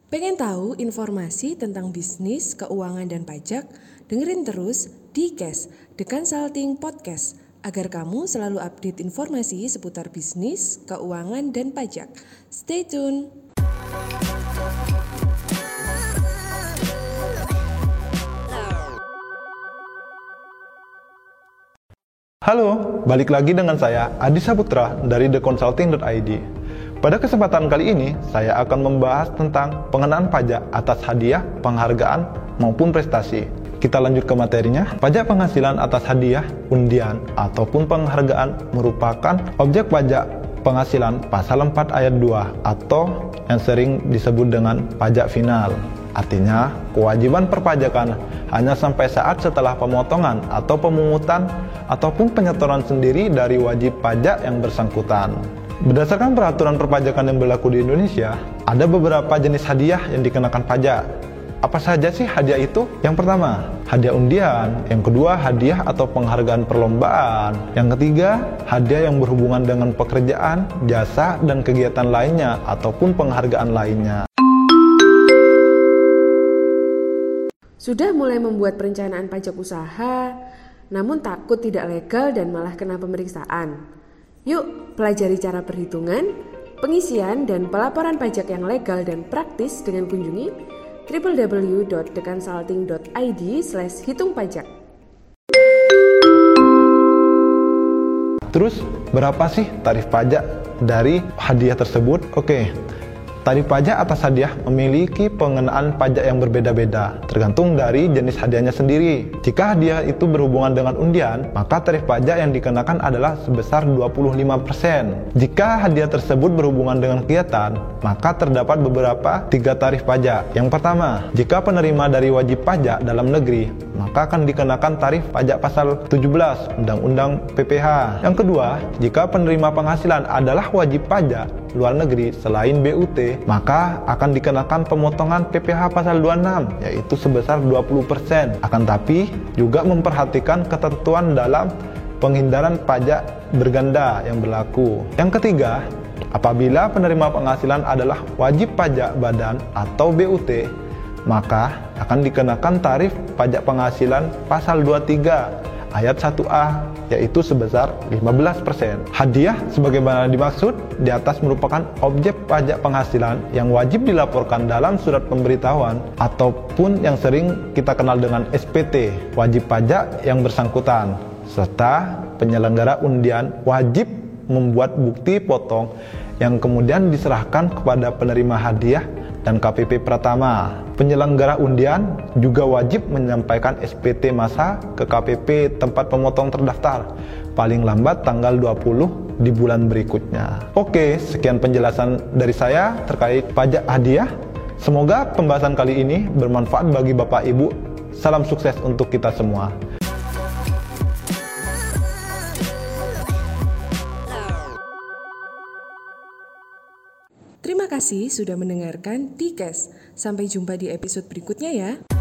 Pengen tahu informasi tentang bisnis, keuangan, dan pajak? Dengerin terus di Cash, The Consulting Podcast, agar kamu selalu update informasi seputar bisnis, keuangan, dan pajak. Stay tune! Halo, balik lagi dengan saya Adi Saputra dari theconsulting.id. Pada kesempatan kali ini, saya akan membahas tentang pengenaan pajak atas hadiah, penghargaan, maupun prestasi. Kita lanjut ke materinya. Pajak penghasilan atas hadiah, undian, ataupun penghargaan merupakan objek pajak penghasilan pasal 4 ayat 2 atau yang sering disebut dengan pajak final. Artinya, kewajiban perpajakan hanya sampai saat setelah pemotongan atau pemungutan ataupun penyetoran sendiri dari wajib pajak yang bersangkutan. Berdasarkan peraturan perpajakan yang berlaku di Indonesia, ada beberapa jenis hadiah yang dikenakan pajak. Apa saja sih hadiah itu? Yang pertama, hadiah undian. Yang kedua, hadiah atau penghargaan perlombaan. Yang ketiga, hadiah yang berhubungan dengan pekerjaan, jasa, dan kegiatan lainnya ataupun penghargaan lainnya. Sudah mulai membuat perencanaan pajak usaha, namun takut tidak legal dan malah kena pemeriksaan. Yuk, pelajari cara perhitungan, pengisian, dan pelaporan pajak yang legal dan praktis dengan kunjungi www.theconsulting.id/hitungpajak. Terus, berapa sih tarif pajak dari hadiah tersebut? Oke. Tarif pajak atas hadiah memiliki pengenaan pajak yang berbeda-beda, tergantung dari jenis hadiahnya sendiri. Jika hadiah itu berhubungan dengan undian, maka tarif pajak yang dikenakan adalah sebesar 25%. Jika hadiah tersebut berhubungan dengan kegiatan, maka terdapat beberapa 3 tarif pajak. Yang pertama, jika penerima dari wajib pajak dalam negeri, maka akan dikenakan tarif pajak pasal 17 Undang-Undang PPh. Yang kedua, jika penerima penghasilan adalah wajib pajak luar negeri selain BUT, maka akan dikenakan pemotongan PPh pasal 26, yaitu sebesar 20%. Akan tapi juga memperhatikan ketentuan dalam penghindaran pajak berganda yang berlaku. Yang ketiga, apabila penerima penghasilan adalah wajib pajak badan atau BUT, maka akan dikenakan tarif pajak penghasilan pasal 23 ayat 1A, yaitu sebesar 15%. Hadiah sebagaimana dimaksud di atas merupakan objek pajak penghasilan yang wajib dilaporkan dalam surat pemberitahuan ataupun yang sering kita kenal dengan SPT, wajib pajak yang bersangkutan, serta penyelenggara undian wajib membuat bukti potong yang kemudian diserahkan kepada penerima hadiah dan KPP Pratama. Penyelenggara undian juga wajib menyampaikan SPT masa ke KPP tempat pemotong terdaftar paling lambat tanggal 20 di bulan berikutnya. Oke, sekian penjelasan dari saya terkait pajak hadiah. Semoga pembahasan kali ini bermanfaat bagi Bapak Ibu. Salam sukses untuk kita semua. Terima kasih sudah mendengarkan Cash. Sampai jumpa di episode berikutnya ya.